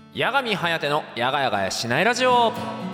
八神颯のやがやがやしないラジオ。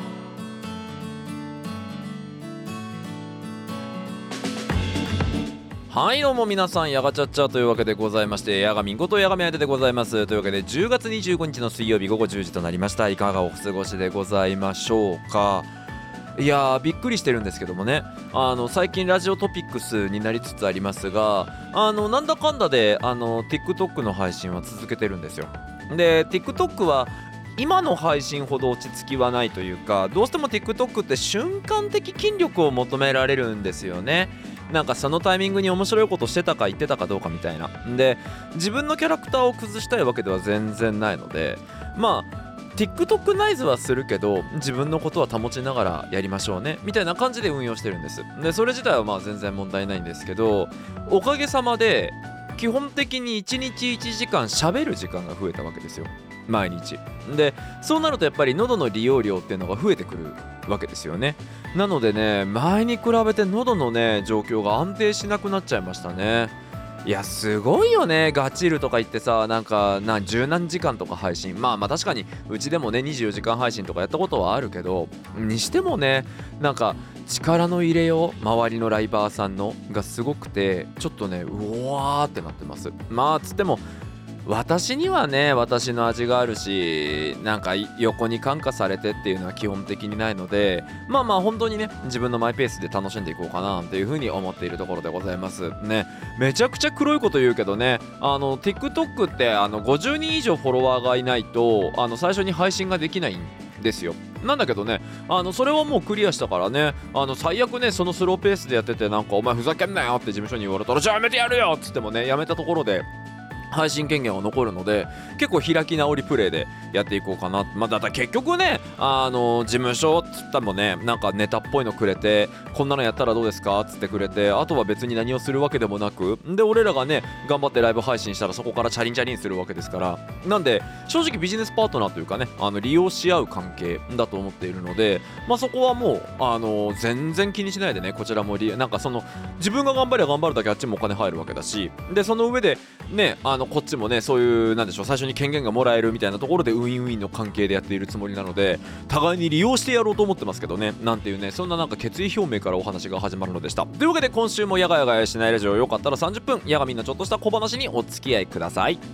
はいどうも皆さん、やがちゃっちゃというわけでございまして、やがみんことやがみあやてでございます。というわけで10月25日の水曜日午後10時となりました。いかがお過ごしでございましょうか。いやーびっくりしてるんですけどもね、最近ラジオトピックスになりつつありますが、なんだかんだでTikTok の配信は続けてるんですよ。で TikTok は今の配信ほど落ち着きはないというか、どうしても TikTok って瞬間的筋力を求められるんですよね。なんかそのタイミングに面白いことしてたか言ってたかどうかみたいな。で自分のキャラクターを崩したいわけでは全然ないので、まあTikTok ナイズはするけど自分のことは保ちながらやりましょうねみたいな感じで運用してるんです。でそれ自体はまあ全然問題ないんですけど、おかげさまで基本的に1日1時間喋る時間が増えたわけですよ、毎日。でそうなるとやっぱり喉の利用量っていうのが増えてくるわけですよね。なのでね、前に比べて喉のね状況が安定しなくなっちゃいましたね。いやすごいよね、ガチるとか言ってさ、なんか十何時間とか配信、まあ確かにうちでもね24時間配信とかやったことはあるけど、にしてもね、なんか力の入れよう、周りのライバーさんのがすごくて、ちょっとねうわーってなってます。まあつっても私にはね私の味があるし、なんか横に感化されてっていうのは基本的にないので、まあ本当にね自分のマイペースで楽しんでいこうかなっていう風に思っているところでございますね。めちゃくちゃ黒いこと言うけどね、TikTok って50人以上フォロワーがいないと最初に配信ができないんですよ。なんだけどね、それはもうクリアしたからね、最悪ねそのスローペースでやってて、なんかお前ふざけんなよって事務所に言われたら、じゃあやめてやるよっつってもね、やめたところで配信権限は残るので、結構開き直りプレイでやっていこうかな。まあだって結局ね、事務所っつったらもね、なんかネタっぽいのくれて、こんなのやったらどうですかっつってくれて、あとは別に何をするわけでもなく、で俺らがね頑張ってライブ配信したらそこからチャリンチャリンするわけですから、なんで正直ビジネスパートナーというかね、利用し合う関係だと思っているので、まあそこはもう全然気にしないでね、こちらもなんかその自分が頑張れば頑張るだけあっちもお金入るわけだし、でその上でねこっちもねそういうなんでしょう、最初に権限がもらえるみたいなところでウィンウィンの関係でやっているつもりなので、互いに利用してやろうと思ってますけどね、なんていうね、そんななんか決意表明からお話が始まるのでした。というわけで今週もやがやがやしないラジオ、よかったら30分やがみんなちょっとした小話にお付き合いください。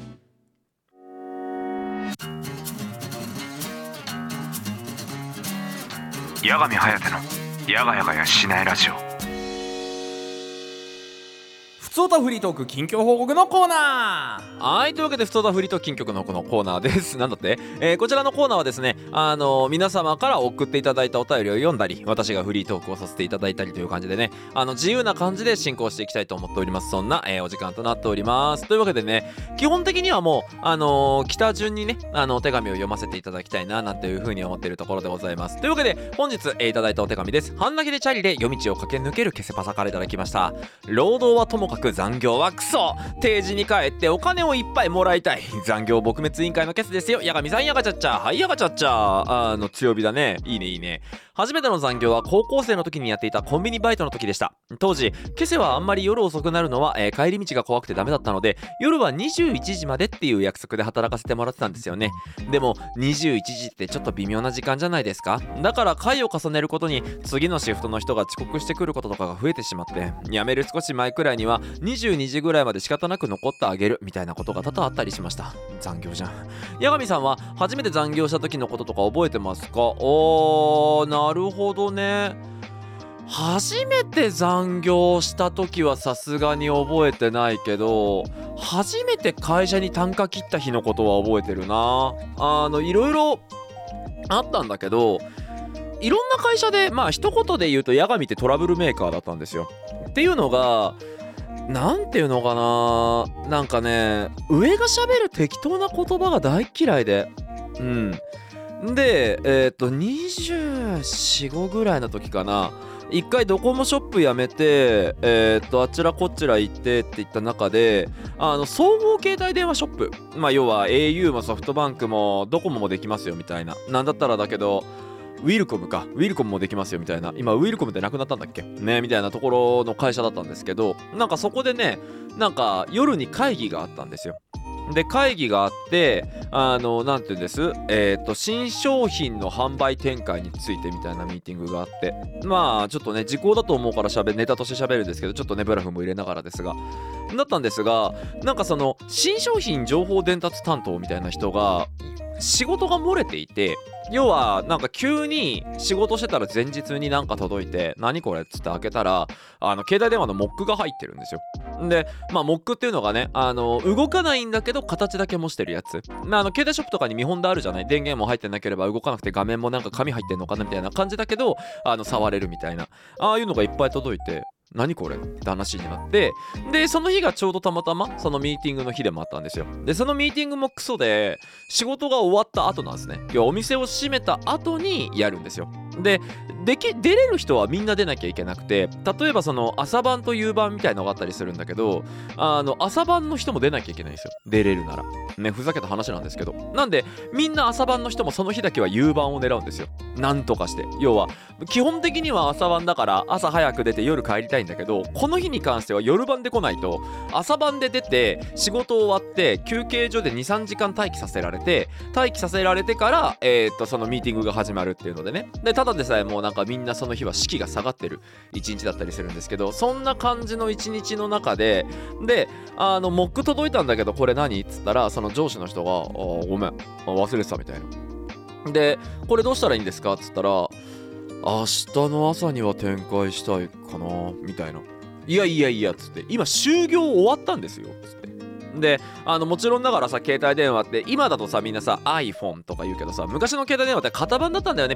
八神颯のやがやがやしないラジオ。 ふつおたフリートーク近況報告のコーナー。はい、というわけでふつおたフリートーク近況のこのコーナーです。なんだって、こちらのコーナーはですね、皆様から送っていただいたお便りを読んだり、私がフリートークをさせていただいたりという感じでね、自由な感じで進行していきたいと思っております。そんな、お時間となっております。というわけでね、基本的にはもう来た順にねお手紙を読ませていただきたいななんていう風に思っているところでございます。というわけで本日、いただいたお手紙です。半泣きでチャリで夜道を駆け抜けるケセパサからいただきました。労働はともかく残業はクソ、定時に帰ってお金をいっぱいもらいたい、残業撲滅委員会のケスですよ。やがみさん、やがちゃっちゃ。はい、やがちゃっちゃ。強火だね。いいねいいね。初めての残業は高校生の時にやっていたコンビニバイトの時でした。当時ケセはあんまり夜遅くなるのは、帰り道が怖くてダメだったので、夜は21時までっていう約束で働かせてもらってたんですよね。でも21時ってちょっと微妙な時間じゃないですか。だから回を重ねることに次のシフトの人が遅刻してくることとかが増えてしまって、辞める少し前くらいには22時ぐらいまで仕方なく残ってあげるみたいなことが多々あったりしました。残業じゃん。八神さんは初めて残業した時のこととか覚えてますか？なるほどね。初めて残業した時はさすがに覚えてないけど、初めて会社に単価切った日のことは覚えてるな。いろいろあったんだけど、いろんな会社で一言で言うと八神ってトラブルメーカーだったんですよ。っていうのがなんていうのかな、なんかね、上が喋る適当な言葉が大嫌いで、で24、5ぐらいの時かな、一回ドコモショップ辞めてあちらこちら行ってって言った中で、総合携帯電話ショップ、要は au もソフトバンクもドコモもできますよみたいな、なんだったらだけどウィルコムもできますよみたいな、今ウィルコムってなくなったんだっけねみたいなところの会社だったんですけど、なんかそこでね、なんか夜に会議があったんですよ。 で会議があってなんて言うんです、新商品の販売展開についてみたいなミーティングがあって、まあちょっとね時効だと思うからネタとして喋るんですけど、ちょっとねブラフも入れながらですがだったんですが、なんかその新商品情報伝達担当みたいな人が仕事が漏れていて、要はなんか急に仕事してたら前日になんか届いて、何これっつって開けたら携帯電話のモックが入ってるんですよ。でまあモックっていうのがね動かないんだけど形だけ模してるやつ、携帯ショップとかに見本であるじゃない。電源も入ってなければ動かなくて画面もなんか紙入ってんのかなみたいな感じだけど触れるみたいな、ああいうのがいっぱい届いて、何これって話になって、でその日がちょうどたまたまそのミーティングの日でもあったんですよ。でそのミーティングもクソで、仕事が終わった後なんですね。要はお店を閉めた後にやるんですよ。で出れる人はみんな出なきゃいけなくて、例えばその朝晩と夕晩みたいのがあったりするんだけど、朝晩の人も出なきゃいけないんですよ、出れるならね。ふざけた話なんですけど、なんでみんな朝晩の人もその日だけは夕晩を狙うんですよ、なんとかして。要は基本的には朝晩だから朝早く出て夜帰りたいんだけど、この日に関しては夜晩で来ないと、朝晩で出て仕事終わって休憩所で 2,3 時間待機させられてから、そのミーティングが始まるっていうのでね。でただでさえもうなんかみんなその日は士気が下がってる一日だったりするんですけど、そんな感じの一日の中でモック届いたんだけどこれ何っつったら、その上司の人がごめん忘れてたみたいな。でこれどうしたらいいんですかっつったら、明日の朝には展開したいかなみたいな。いやっつって、今就業終わったんですよっつって。でもちろんながらさ、携帯電話って今だとさみんなさ iPhone とか言うけどさ、昔の携帯電話って型番だったんだよね。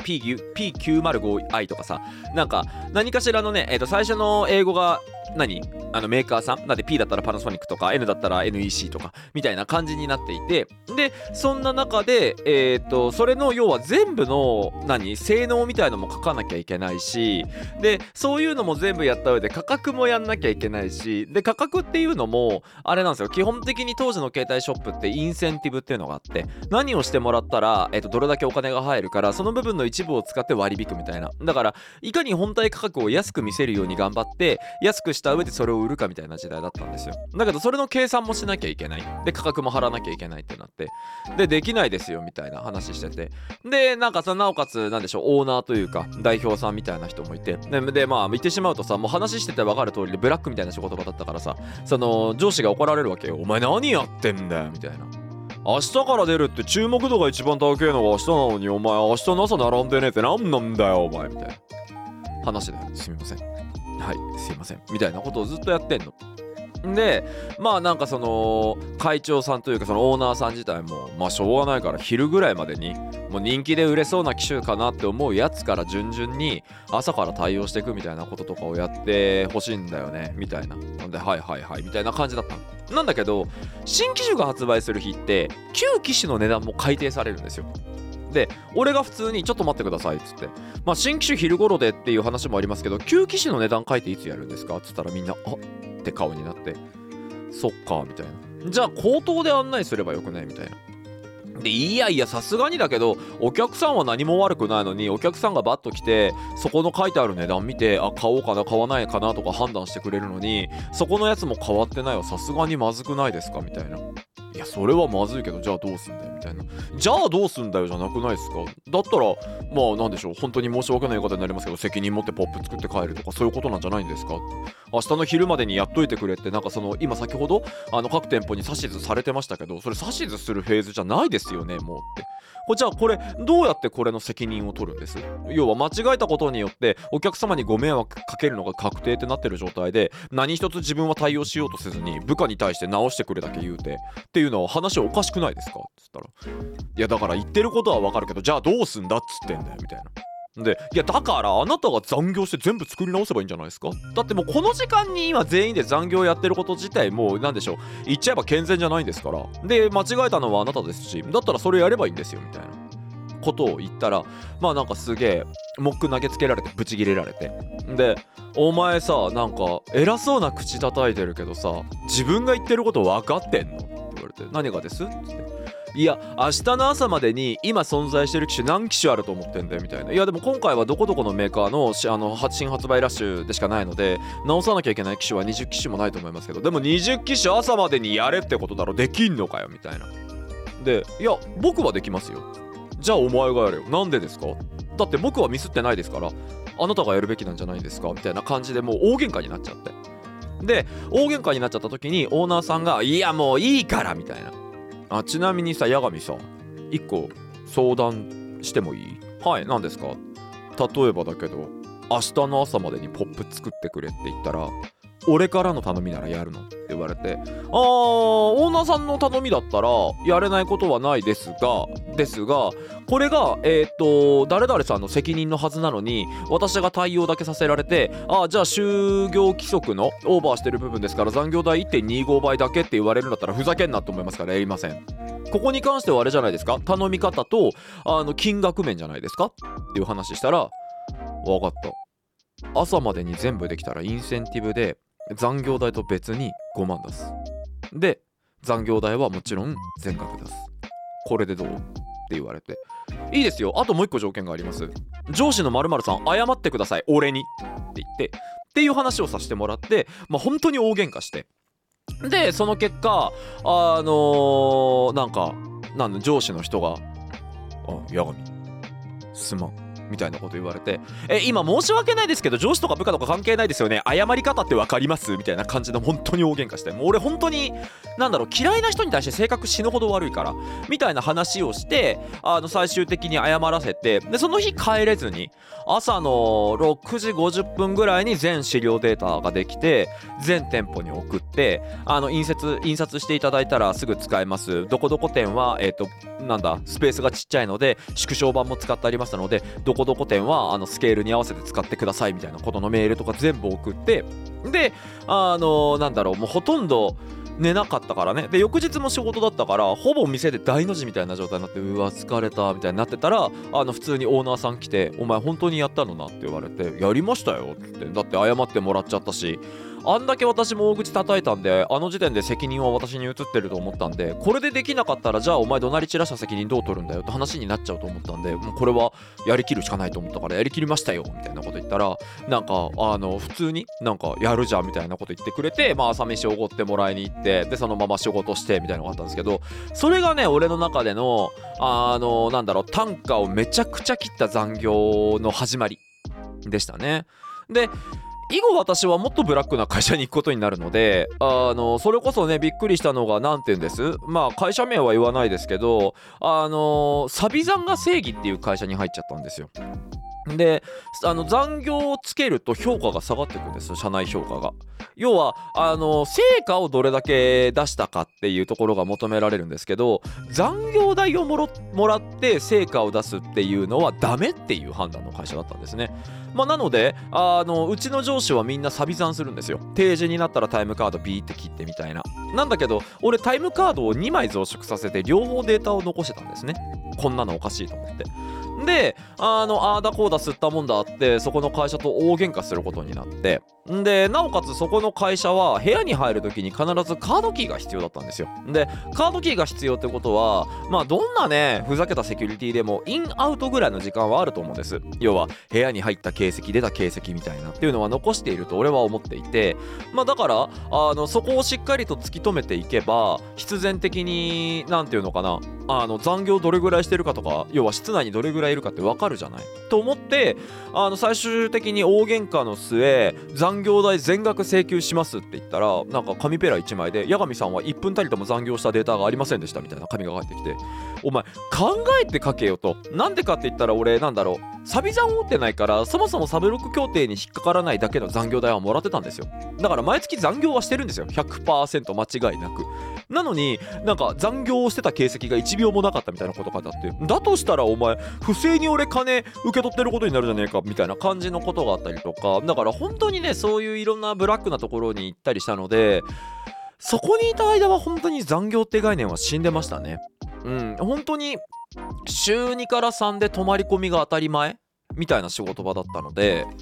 P905i とかさ、なんか何かしらのね、最初の英語がメーカーさんなんで P だったらパナソニックとか N だったら NEC とかみたいな感じになっていて、でそんな中でそれの要は全部の性能みたいのも書かなきゃいけないし、でそういうのも全部やった上で価格もやんなきゃいけないし、で価格っていうのもあれなんですよ。基本的に当時の携帯ショップってインセンティブっていうのがあって、何をしてもらったらどれだけお金が入るからその部分の一部を使って割り引くみたいな。だからいかに本体価格を安く見せるように頑張って安くした上でそれを売るかみたいな時代だったんですよ。だけどそれの計算もしなきゃいけない、で価格も払わなきゃいけないってなって、できないですよみたいな話してて、でなんかさ、なおかつなんでしょう、オーナーというか代表さんみたいな人もいて、でまあ言ってしまうとさ、もう話してて分かる通りでブラックみたいな仕事場だったからさ、その上司が怒られるわけよ。お前何やってんだよみたいな。明日から出るって注目度が一番高いのが明日なのに、お前明日の朝並んでねえって何なんだよお前みたいな話で、すみませんはいすいませんみたいなことをずっとやってんの。でまあなんかその会長さんというかそのオーナーさん自体もまあしょうがないから昼ぐらいまでにもう人気で売れそうな機種かなって思うやつから順々に朝から対応していくみたいなこととかをやってほしいんだよねみたいな。なんではいみたいな感じだったの。なんだけど新機種が発売する日って旧機種の値段も改定されるんですよ。で俺が普通にちょっと待ってくださいっつって、まあ新機種昼頃でっていう話もありますけど、旧機種の値段書いていつやるんですかっつったら、みんなって顔になって、そっかみたいな。じゃあ口頭で案内すればよくないみたいな。でいやさすがにだけどお客さんは何も悪くないのに、お客さんがバッと来てそこの書いてある値段見て買おうかな買わないかなとか判断してくれるのに、そこのやつも変わってないわ、さすがにまずくないですかみたいな。いやそれはまずいけどじゃあどうすんだよみたいな。じゃあどうすんだよじゃなくないですか。だったらまあなんでしょう、本当に申し訳ない言い方になりますけど責任持ってポップ作って帰るとかそういうことなんじゃないんですか。明日の昼までにやっといてくれって、なんかその今先ほど各店舗に指図されてましたけど、それ指図するフェーズじゃないですよねもうって。じゃあこれどうやってこれの責任を取るんです。要は間違えたことによってお客様にご迷惑かけるのが確定ってなってる状態で、何一つ自分は対応しようとせずに部下に対して直してくれだけ言うてっていうのは話おかしくないですかっつったら、いやだから言ってることはわかるけどじゃあどうすんだっつってんだよみたいな。でいやだからあなたが残業して全部作り直せばいいんじゃないですか。だってもうこの時間に今全員で残業やってること自体もうなんでしょう、言っちゃえば健全じゃないんですから。で間違えたのはあなたですし、だったらそれやればいいんですよみたいなことを言ったら、まあなんかすげえモック投げつけられてブチギレられて、でお前さなんか偉そうな口叩いてるけどさ自分が言ってること分かってんのって言われて、何がですって言って、 いや明日の朝までに今存在してる機種何機種あると思ってんだよみたいな。いやでも今回はどこどこのメーカーの新発売ラッシュでしかないので直さなきゃいけない機種は20機種もないと思いますけど、でも20機種朝までにやれってことだろ、できんのかよみたいな。でいや僕はできますよ、じゃあお前がやれよ、なんでですか、だって僕はミスってないですからあなたがやるべきなんじゃないですかみたいな感じでもう大喧嘩になっちゃって、で大喧嘩になっちゃった時にオーナーさんがいやもういいからみたいな、ちなみにさ八神さ1個相談してもいい？はい、何ですか？例えばだけど明日の朝までにポップ作ってくれって言ったら俺からの頼みならやるのって言われて、オーナーさんの頼みだったらやれないことはないですがこれが誰々さんの責任のはずなのに私が対応だけさせられて、じゃあ就業規則のオーバーしてる部分ですから残業代 1.25 倍だけって言われるんだったらふざけんなと思いますからやりません。ここに関してはあれじゃないですか、頼み方と金額面じゃないですかっていう話したら、分かった、朝までに全部できたらインセンティブで残業代と別に5万出す、で残業代はもちろん全額出す、これでどうって言われて、いいですよ、あともう一個条件があります、上司の〇〇さん謝ってください俺にって言ってっていう話をさせてもらって、本当に大喧嘩して、でその結果上司の人が八神すまんみたいなこと言われて、今申し訳ないですけど上司とか部下とか関係ないですよね、謝り方って分かりますみたいな感じで本当に大喧嘩して、もう俺本当に嫌いな人に対して性格死ぬほど悪いからみたいな話をして、最終的に謝らせて、でその日帰れずに朝の6時50分ぐらいに全資料データができて全店舗に送って、印刷していただいたらすぐ使えます、どこどこ店はスペースがちっちゃいので縮小版も使ってありますのでどこどこ店はスケールに合わせて使ってくださいみたいなことのメールとか全部送って、でもうほとんど寝なかったからね、で翌日も仕事だったからほぼ店で大の字みたいな状態になって、うわ疲れたみたいになってたら普通にオーナーさん来て、お前本当にやったのなって言われて、やりましたよって、だって謝ってもらっちゃったし、あんだけ私も大口叩いたんで時点で責任は私に移ってると思ったんで、これでできなかったらじゃあお前怒鳴り散らした責任どう取るんだよって話になっちゃうと思ったんで、もうこれはやりきるしかないと思ったからやりきりましたよみたいなこと言ったら、普通にやるじゃんみたいなこと言ってくれて、朝飯おごってもらいに行って、でそのまま仕事してみたいなのがあったんですけど、それがね俺の中での単価をめちゃくちゃ切った残業の始まりでしたね。で以後私はもっとブラックな会社に行くことになるので、それこそねびっくりしたのが何て言うんです、会社名は言わないですけどサビ残が正義っていう会社に入っちゃったんですよ。で残業をつけると評価が下がっていくんですよ、社内評価が。要は成果をどれだけ出したかっていうところが求められるんですけど、残業代をもらって成果を出すっていうのはダメっていう判断の会社だったんですね。なのでうちの上司はみんなサビ残するんですよ。定時になったらタイムカードビーって切ってみたいな。なんだけど俺タイムカードを2枚増殖させて両方データを残してたんですね。こんなのおかしいと思って。であーだこうだ吸ったもんだってそこの会社と大喧嘩することになって、でなおかつそこの会社は部屋に入るときに必ずカードキーが必要だったんですよ。でカードキーが必要ってことはどんなねふざけたセキュリティでもインアウトぐらいの時間はあると思うんです。要は部屋に入った形跡出た形跡みたいなっていうのは残していると俺は思っていて、だからそこをしっかりと突き止めていけば必然的になんていうのかな、残業どれぐらいしてるかとか、要は室内にどれぐらいいるかって分かるじゃないと思って、最終的に大喧嘩の末残業代全額請求しますって言ったら、紙ペラ1枚で八神さんは1分たりとも残業したデータがありませんでしたみたいな紙が返ってきて、お前考えて書けよと。なんでかって言ったら俺サビ残を打ってないからそもそもサブロック協定に引っかからないだけの残業代はもらってたんですよ。だから毎月残業はしてるんですよ 100% 間違いなく。なのに残業をしてた形跡が1秒もなかったみたいなこと書いてあって、だとしたらお前不正に俺金受け取ってることになるじゃねえかみたいな感じのことがあったりとか、だから本当にねそういういろんなブラックなところに行ったりしたので、そこにいた間は本当に残業って概念は死んでましたね。本当に週2から3で泊まり込みが当たり前みたいな仕事場だったので、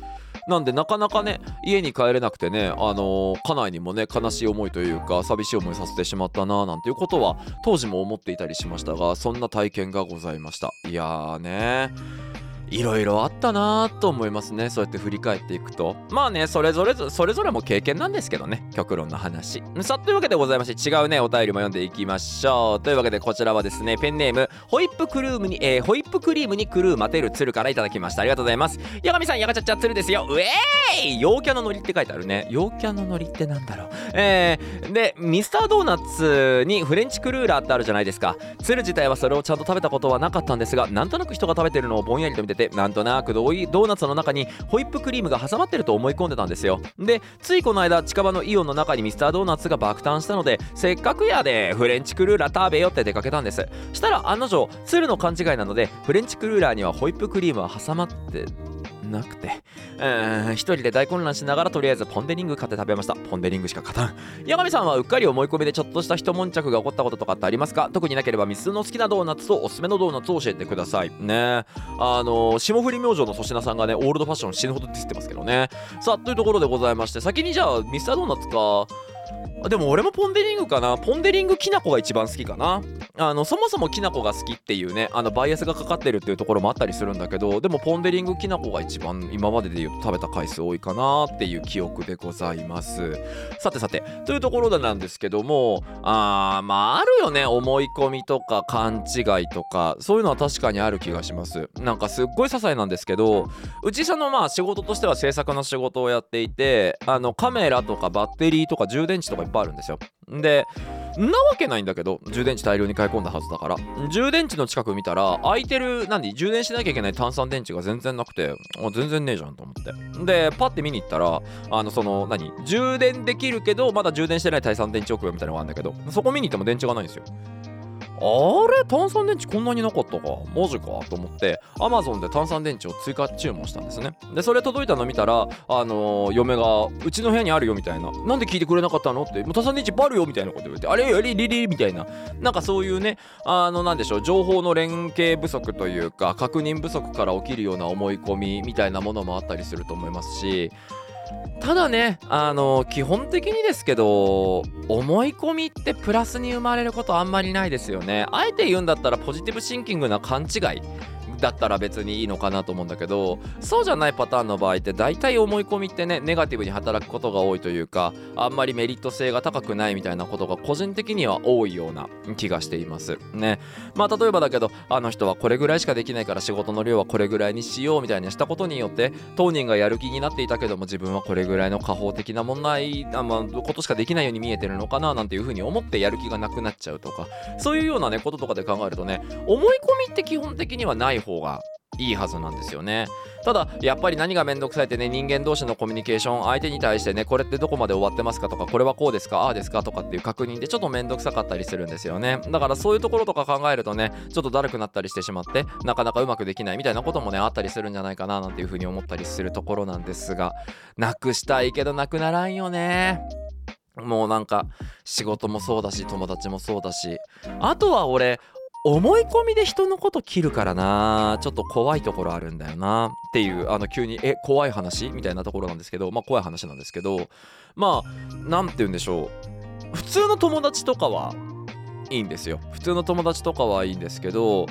なんでなかなかね家に帰れなくてね家内にもね悲しい思いというか寂しい思いさせてしまったななんていうことは当時も思っていたりしましたが、そんな体験がございました。いやーね、いろいろあったなと思いますね。そうやって振り返っていくと、まあねそれぞれも経験なんですけどね、極論の話。さあというわけでございまして、違うねお便りも読んでいきましょう。というわけでこちらはですね、ペンネームホイップクリームにクルー待てる鶴からいただきました。ありがとうございます。やがみさん、やがちゃっちゃ鶴ですよ。うえーい、陽キャのノリって書いてあるね。陽キャのノリってなんだろう。でミスタードーナツにフレンチクルーラーってあるじゃないですか。鶴自体はそれをちゃんと食べたことはなかったんですが、なんとなく人が食べてるのをぼんやりと見てて、なんとなくドーナツの中にホイップクリームが挟まってると思い込んでたんですよ。でついこの間近場のイオンの中にミスタードーナツが爆誕したので、せっかくやでフレンチクルーラー食べよって出かけたんです。したら案の定鶴の勘違いなので、フレンチクルーラーにはホイップクリームは挟まってなくて、一人で大混乱しながらとりあえずポンデリング買って食べました。ポンデリングしか勝たん。八神さんはうっかり思い込みでちょっとした一悶着が起こったこととかってありますか？特になければミスの好きなドーナツとおすすめのドーナツを教えてくださいね。霜降り明星の粗品さんがねオールドファッション死ぬほどディスってますけどね。さあというところでございまして、先にじゃあミスタードーナツか、でも俺もポンデリングかな。ポンデリングきな粉が一番好きかな。そもそもきな粉が好きっていうねバイアスがかかってるっていうところもあったりするんだけど、でもポンデリングきな粉が一番今までで言うと食べた回数多いかなっていう記憶でございます。さてというところでなんですけども、まああるよね、思い込みとか勘違いとか、そういうのは確かにある気がします。なんかすっごい些細なんですけど、うち仕事としては制作の仕事をやっていて、カメラとかバッテリーとか充電池とかいっぱいあるんですよ。でなわけないんだけど、充電池大量に買い込んだはずだから、充電池の近く見たら空いてる充電しなきゃいけない単三電池が全然なくて、全然ねえじゃんと思って、でパッて見に行ったら充電できるけどまだ充電してない単三電池置くよみたいなのがあるんだけど、そこ見に行っても電池がないんですよ。あれ単三電池こんなになかったか、マジかと思って Amazon で単三電池を追加注文したんですね。でそれ届いたの見たら嫁がうちの部屋にあるよみたいな、なんで聞いてくれなかったのって、もう単三電池いっぱいあるよみたいなこと言われて、あれリみたいな、なんかそういうねなんでしょう、情報の連携不足というか確認不足から起きるような思い込みみたいなものもあったりすると思いますし、ただね基本的にですけど思い込みってプラスに生まれることあんまりないですよね。あえて言うんだったらポジティブシンキングな勘違いだったら別にいいのかなと思うんだけど、そうじゃないパターンの場合って大体思い込みってねネガティブに働くことが多いというか、あんまりメリット性が高くないみたいなことが個人的には多いような気がしていますね。例えばだけどあの人はこれぐらいしかできないから仕事の量はこれぐらいにしようみたいにしたことによって当人がやる気になっていたけども自分はこれぐらいの過方的な問題ことしかできないように見えてるのかななんていう風に思ってやる気がなくなっちゃうとか、そういうようなねこととかで考えるとね、思い込みって基本的にはない方がいいはずなんですよね。ただやっぱり何がめんどくさいってね、人間同士のコミュニケーション、相手に対してねこれってどこまで終わってますかとか、これはこうですかああですかとかっていう確認でちょっとめんどくさかったりするんですよね。だからそういうところとか考えるとねちょっとだるくなったりしてしまってなかなかうまくできないみたいなこともねあったりするんじゃないかななんていうふうに思ったりするところなんですが、なくしたいけどなくならんよね。もうなんか仕事もそうだし友達もそうだし、あとは俺思い込みで人のこと切るからな、ちょっと怖いところあるんだよなっていう、急に怖い話みたいなところなんですけど、怖い話なんですけど、なんて言うんでしょう、普通の友達とかはいいんですよ。普通の友達とかはいいんですけど、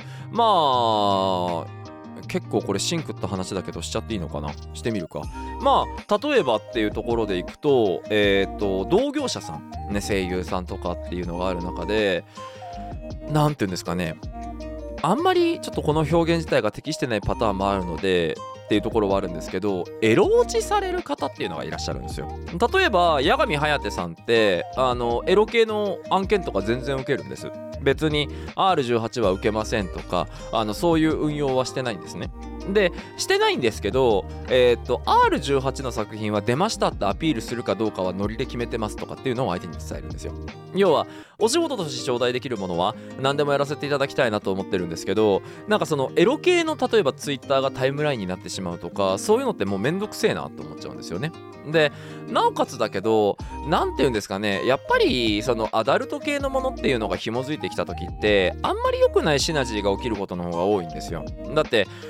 結構これシンクった話だけどしちゃっていいのかな、してみるか。例えばっていうところでいくと同業者さんね、声優さんとかっていうのがある中で、なんていうんですかね、あんまりちょっとこの表現自体が適してないパターンもあるのでっていうところはあるんですけど、エロ落ちされる方っていうのがいらっしゃるんですよ。例えば八神颯さんってエロ系の案件とか全然受けるんです。別に R18 は受けませんとかそういう運用はしてないんですね。でしてないんですけどR18 の作品は出ましたってアピールするかどうかはノリで決めてますとかっていうのを相手に伝えるんですよ。要はお仕事として頂戴できるものは何でもやらせていただきたいなと思ってるんですけど、なんかそのエロ系の例えばツイッターがタイムラインになってしまうとか、そういうのってもうめんどくせえなと思っちゃうんですよね。でなおかつだけどなんていうんですかね、やっぱりそのアダルト系のものっていうのが紐づいてきた時ってあんまり良くないシナジーが起きることの方が多いんですよ。だってなんて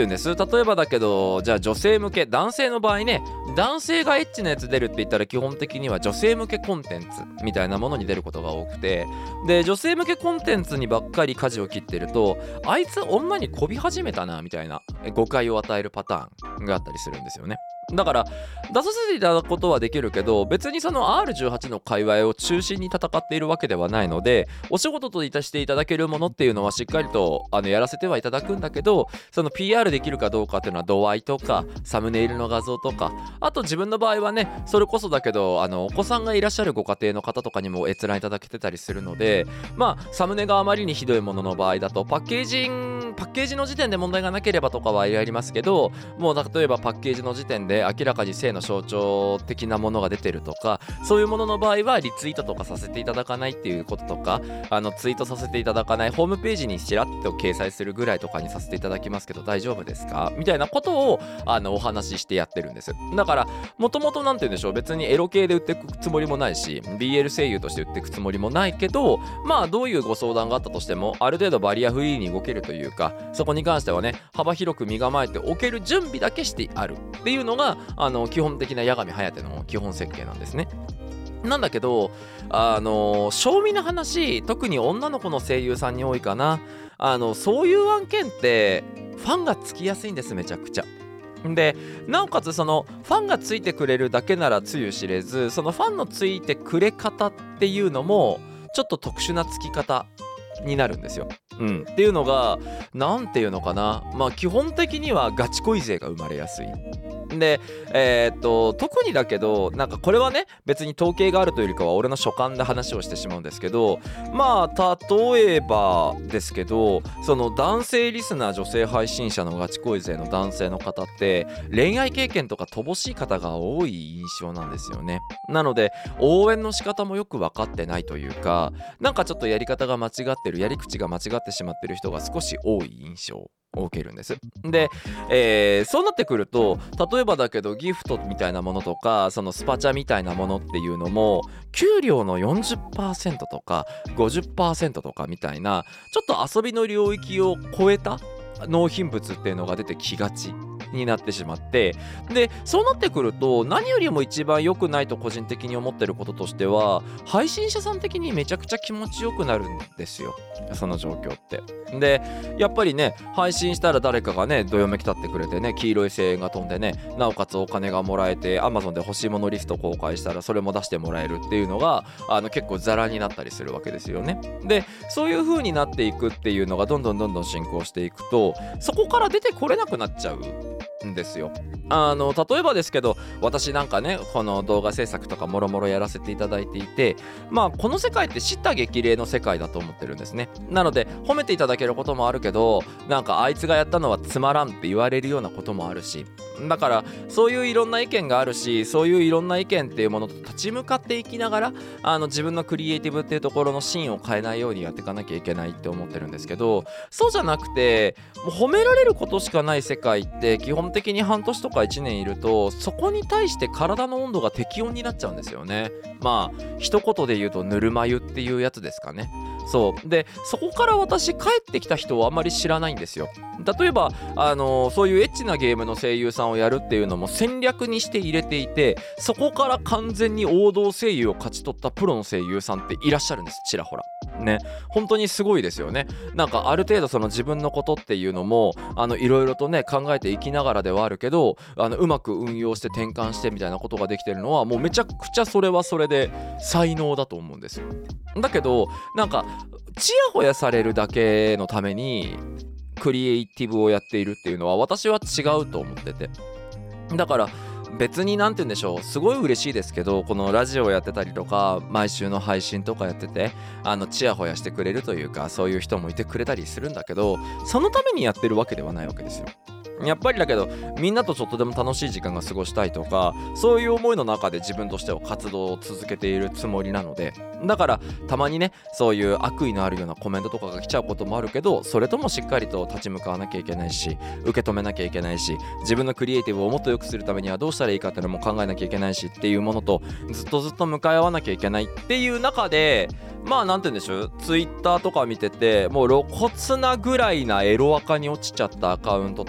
ていうんです、例えばだけど、じゃあ女性向け、男性の場合ね、男性がエッチなやつ出るって言ったら基本的には女性向けコンテンツみたいなものに出ることが多くて、で女性向けコンテンツにばっかり舵を切ってると、あいつ女にこび始めたなみたいな誤解を与えるパターンがあったりするんですよね。だから出させていただくことはできるけど、別にその R18 の界隈を中心に戦っているわけではないので、お仕事といたしていただけるものっていうのはしっかりとやらせてはいただくんだけど、その PR できるかどうかっていうのは度合いとかサムネイルの画像とか、あと自分の場合はね、それこそだけどお子さんがいらっしゃるご家庭の方とかにも閲覧いただけてたりするので、まあサムネがあまりにひどいものの場合だとパッケージの時点で問題がなければとかはやりますけど、もう例えばパッケージの時点で明らかに性の象徴的なものが出てるとか、そういうものの場合はリツイートとかさせていただかないっていうこととか、ツイートさせていただかない、ホームページにちらっと掲載するぐらいとかにさせていただきますけど大丈夫ですかみたいなことをお話ししてやってるんです。だからもともとなんて言うんでしょう、別にエロ系で売っていくつもりもないし BL 声優として売っていくつもりもないけど、まあどういうご相談があったとしてもある程度バリアフリーに動けるというか、そこに関してはね幅広く身構えておける準備だけしてあるっていうのが基本的な八神颯の基本設計なんですね。なんだけど正味な話、特に女の子の声優さんに多いかな、そういう案件ってファンがつきやすいんです、めちゃくちゃ。でなおかつそのファンがついてくれるだけならつゆ知れず、そのファンのついてくれ方っていうのもちょっと特殊なつき方になるんですよ。っていうのがなんていうのかな、まあ基本的にはガチ恋勢が生まれやすい。で特にだけど、なんかこれはね別に統計があるというよりかは俺の所感で話をしてしまうんですけど、まあ例えばですけど、その男性リスナー、女性配信者のガチ恋勢の男性の方って恋愛経験とか乏しい方が多い印象なんですよね。なので応援の仕方もよく分かってないというか、なんかちょっとやり方が間違ってる、やり口が間違ってしまってる人が少し多い印象を受けるんです。で、そうなってくると、例えばだけどギフトみたいなものとか、そのスパチャみたいなものっていうのも給料の 40% とか 50% とかみたいな、ちょっと遊びの領域を超えた納品物っていうのが出てきがちになってしまって、でそうなってくると何よりも一番良くないと個人的に思ってることとしては、配信者さん的にめちゃくちゃ気持ちよくなるんですよ、その状況って。でやっぱりね、配信したら誰かがねどよめき立ってくれてね、黄色い声援が飛んでね、なおかつお金がもらえて Amazon で欲しいものリスト公開したらそれも出してもらえるっていうのが結構ザラになったりするわけですよね。でそういう風になっていくっていうのがどんどん進行していくと、そこから出てこれなくなっちゃうんですよ。例えばですけど、私なんかねこの動画制作とかもろもろやらせていただいていて、まあこの世界って叱咤激励の世界だと思ってるんですね。なので褒めていただけることもあるけど、なんかあいつがやったのはつまらんって言われるようなこともあるし、だからそういういろんな意見があるし、そういういろんな意見っていうものと立ち向かっていきながら自分のクリエイティブっていうところの芯を変えないようにやっていかなきゃいけないって思ってるんですけど、そうじゃなくてもう褒められることしかない世界って基本的に半年とか1年いると、そこに対して体の温度が適温になっちゃうんですよね。まあ一言で言うとぬるま湯っていうやつですかね。そうで、そこから私帰ってきた人をあんまり知らないんですよ。例えばそういうエッチなゲームの声優さんをやるっていうのも戦略にして入れていて、そこから完全に王道声優を勝ち取ったプロの声優さんっていらっしゃるんです、ちらほらね。本当にすごいですよね。なんかある程度その自分のことっていうのもいろいろとね考えていきながらではあるけど、うまく運用して転換してみたいなことができてるのはもうめちゃくちゃそれはそれで才能だと思うんですよ。だけどなんかちやほやされるだけのためにクリエイティブをやっているっていうのは私は違うと思ってて、だから別になんて言うんでしょう、すごい嬉しいですけど、このラジオやってたりとか毎週の配信とかやっててちやほやしてくれるというか、そういう人もいてくれたりするんだけど、そのためにやってるわけではないわけですよ。やっぱりだけどみんなとちょっとでも楽しい時間が過ごしたいとか、そういう思いの中で自分としては活動を続けているつもりなので、だからたまにねそういう悪意のあるようなコメントとかが来ちゃうこともあるけど、それともしっかりと立ち向かわなきゃいけないし、受け止めなきゃいけないし、自分のクリエイティブをもっと良くするためにはどうしたらいいかっていうのも考えなきゃいけないしっていうものとずっと向かい合わなきゃいけないっていう中で、まあなんて言うんでしょう、ツイッターとか見ててもう露骨なぐらいなエロアカに落ちちゃったアカウントとか、もう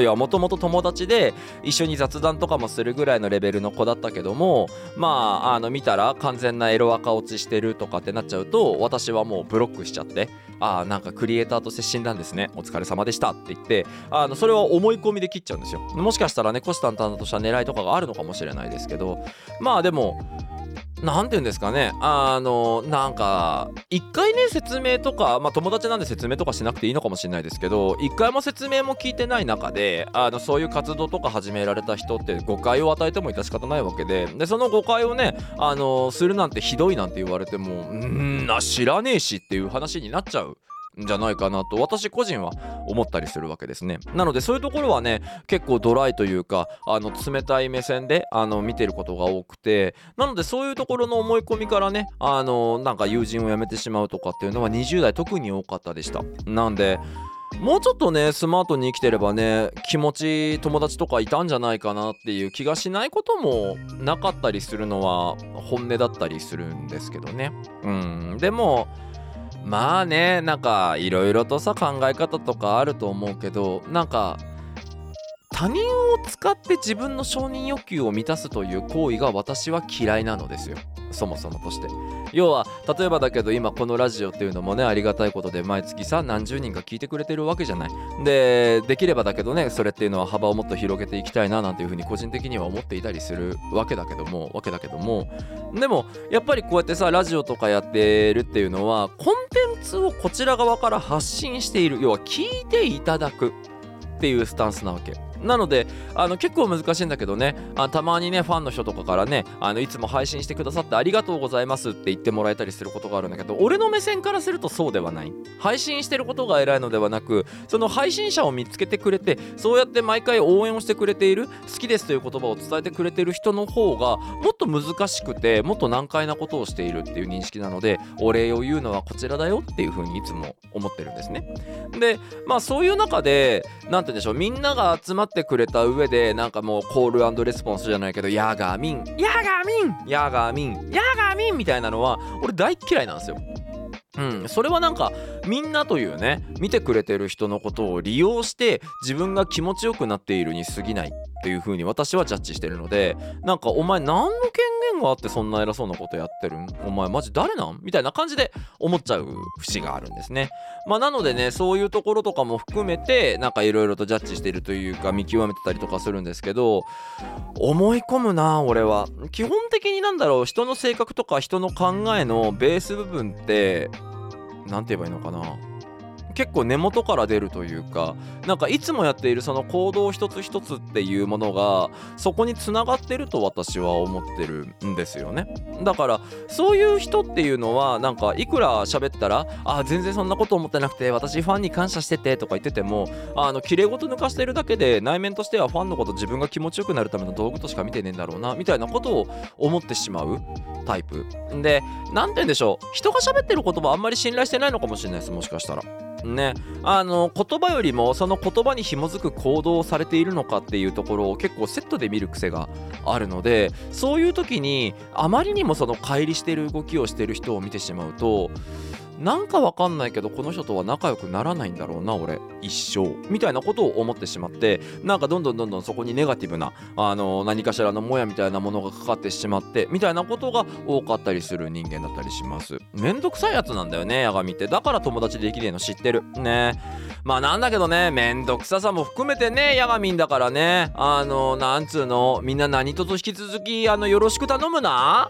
やもともと友達で一緒に雑談とかもするぐらいのレベルの子だったけども、まあ見たら完全なエロ赤落ちしてるとかってなっちゃうと、私はもうブロックしちゃって、なんかクリエイターとして死んだんですね、お疲れ様でしたって言って、それは思い込みで切っちゃうんですよ。もしかしたらね、虎視眈々とした狙いとかがあるのかもしれないですけど、まあでもなんて言うんですかね、なんか一回ね説明とか、友達なんで説明とかしなくていいのかもしれないですけど、一回も説明も聞いてない中でそういう活動とか始められた人って誤解を与えても致し方ないわけで、その誤解をねするなんてひどいなんて言われても知らねえしっていう話になっちゃうんじゃないかなと私個人は思ったりするわけですね。なのでそういうところはね結構ドライというか冷たい目線で見てることが多くて、なのでそういうところの思い込みからねなんか友人を辞めてしまうとかっていうのは20代特に多かったでした。なんでもうちょっとねスマートに生きてればね気持ち友達とかいたんじゃないかなっていう気がしないこともなかったりするのは本音だったりするんですけどね。でもまあね、なんかいろいろとさ考え方とかあると思うけど、なんか他人を使って自分の承認欲求を満たすという行為が私は嫌いなのですよ、そもそもとして。要は例えばだけど今このラジオっていうのもねありがたいことで毎月さ何十人が聞いてくれてるわけじゃない。できればだけどねそれっていうのは幅をもっと広げていきたいななんていうふうに個人的には思っていたりするわけだけどもでもやっぱりこうやってさラジオとかやってるっていうのはコンテンツをこちら側から発信している、要は聞いていただくっていうスタンスなわけなので結構難しいんだけどね、たまにねファンの人とかからねいつも配信してくださってありがとうございますって言ってもらえたりすることがあるんだけど、俺の目線からするとそうではない。配信してることが偉いのではなく、その配信者を見つけてくれてそうやって毎回応援をしてくれている、好きですという言葉を伝えてくれている人の方がもっと難しくてもっと難解なことをしているっていう認識なので、お礼を言うのはこちらだよっていう風にいつも思ってるんですね。でそういう中でなんて言うんでしょう、みんなが集まってくれた上でなんかもうコール&レスポンスじゃないけどヤガーミンヤガーミンヤガーミンヤガーミンみたいなのは俺大嫌いなんですよ。それはなんかみんなというね見てくれてる人のことを利用して自分が気持ちよくなっているに過ぎないっていう風に私はジャッジしてるので、なんかお前何の権限があってそんな偉そうなことやってるん、お前マジ誰なんみたいな感じで思っちゃう節があるんですね。なのでねそういうところとかも含めてなんかいろいろとジャッジしてるというか見極めてたりとかするんですけど、思い込むな俺は。基本的になんだろう、人の性格とか人の考えのベース部分ってなんて言えばいいのかな、結構根元から出るというか、なんかいつもやっているその行動一つ一つっていうものがそこに繋がってると私は思ってるんですよね。だからそういう人っていうのはなんかいくら喋ったら全然そんなこと思ってなくて私ファンに感謝しててとか言ってても綺麗事抜かしてるだけで内面としてはファンのこと自分が気持ちよくなるための道具としか見てねえんだろうなみたいなことを思ってしまうタイプで、なんて言うんでしょう、人が喋ってる言葉あんまり信頼してないのかもしれないです、もしかしたらね。言葉よりもその言葉に紐づく行動をされているのかっていうところを結構セットで見る癖があるので、そういう時にあまりにもその乖離している動きをしている人を見てしまうとなんかわかんないけどこの人とは仲良くならないんだろうな俺一生みたいなことを思ってしまって、なんかどんどんそこにネガティブな何かしらのモヤみたいなものがかかってしまってみたいなことが多かったりする人間だったりします。めんどくさいやつなんだよねヤガミって。だから友達できねえの知ってるね。なんだけどね、めんどくささも含めてねヤガミンだからね、なんつうの、みんな何とぞ引き続きよろしく頼むな。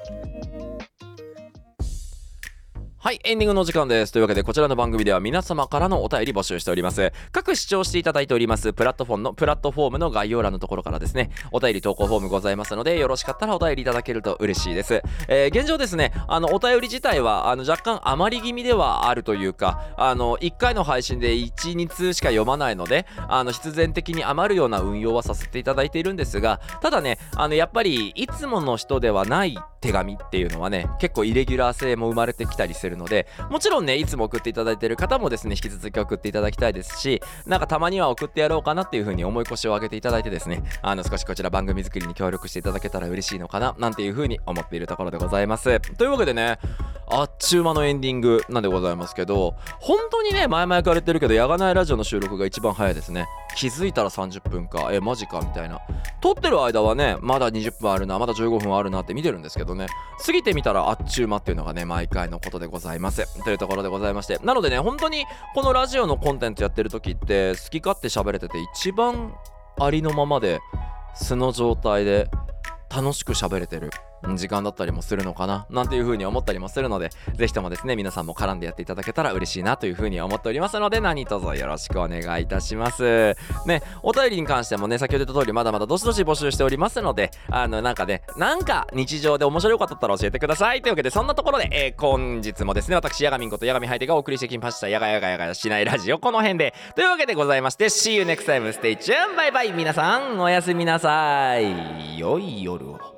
はい、エンディングのお時間です。というわけでこちらの番組では皆様からのお便り募集しております。各視聴していただいておりますプラットフォームの概要欄のところからですねお便り投稿フォームございますのでよろしかったらお便りいただけると嬉しいです。現状ですねお便り自体は若干余り気味ではあるというか1回の配信で 1,2 通しか読まないので必然的に余るような運用はさせていただいているんですが、ただねやっぱりいつもの人ではない手紙っていうのはね結構イレギュラー性も生まれてきたりするので、もちろんねいつも送っていただいている方もですね引き続き送っていただきたいですし、なんかたまには送ってやろうかなっていう風に思い越しを上げていただいてですね少しこちら番組作りに協力していただけたら嬉しいのかななんていう風に思っているところでございます。というわけでねあっちゅう間のエンディングなんでございますけど、本当にね前々から言ってるけどやがないラジオの収録が一番早いですね。気づいたら30分かマジかみたいな。撮ってる間はねまだ20分あるな、まだ15分あるなって見てるんですけどね、過ぎてみたらあっちゅう間っていうのがね毎回のことでございますというところでございまして、なのでね本当にこのラジオのコンテンツやってる時って好き勝手喋れてて一番ありのままで素の状態で楽しく喋れてる時間だったりもするのかななんていう風に思ったりもするので、ぜひともですね皆さんも絡んでやっていただけたら嬉しいなという風に思っておりますので、何卒よろしくお願いいたしますね。お便りに関してもね先ほど言った通りまだまだどしどし募集しておりますので、なんか日常で面白いことだったら教えてくださいというわけで、そんなところで、本日もですね私ヤガミンことヤガミハイテがお送りしてきましたヤガヤガヤガヤしないラジオ、この辺でというわけでございまして、 See you next time, stay tuned, バイバイ。皆さんおやすみなさい、良い夜を。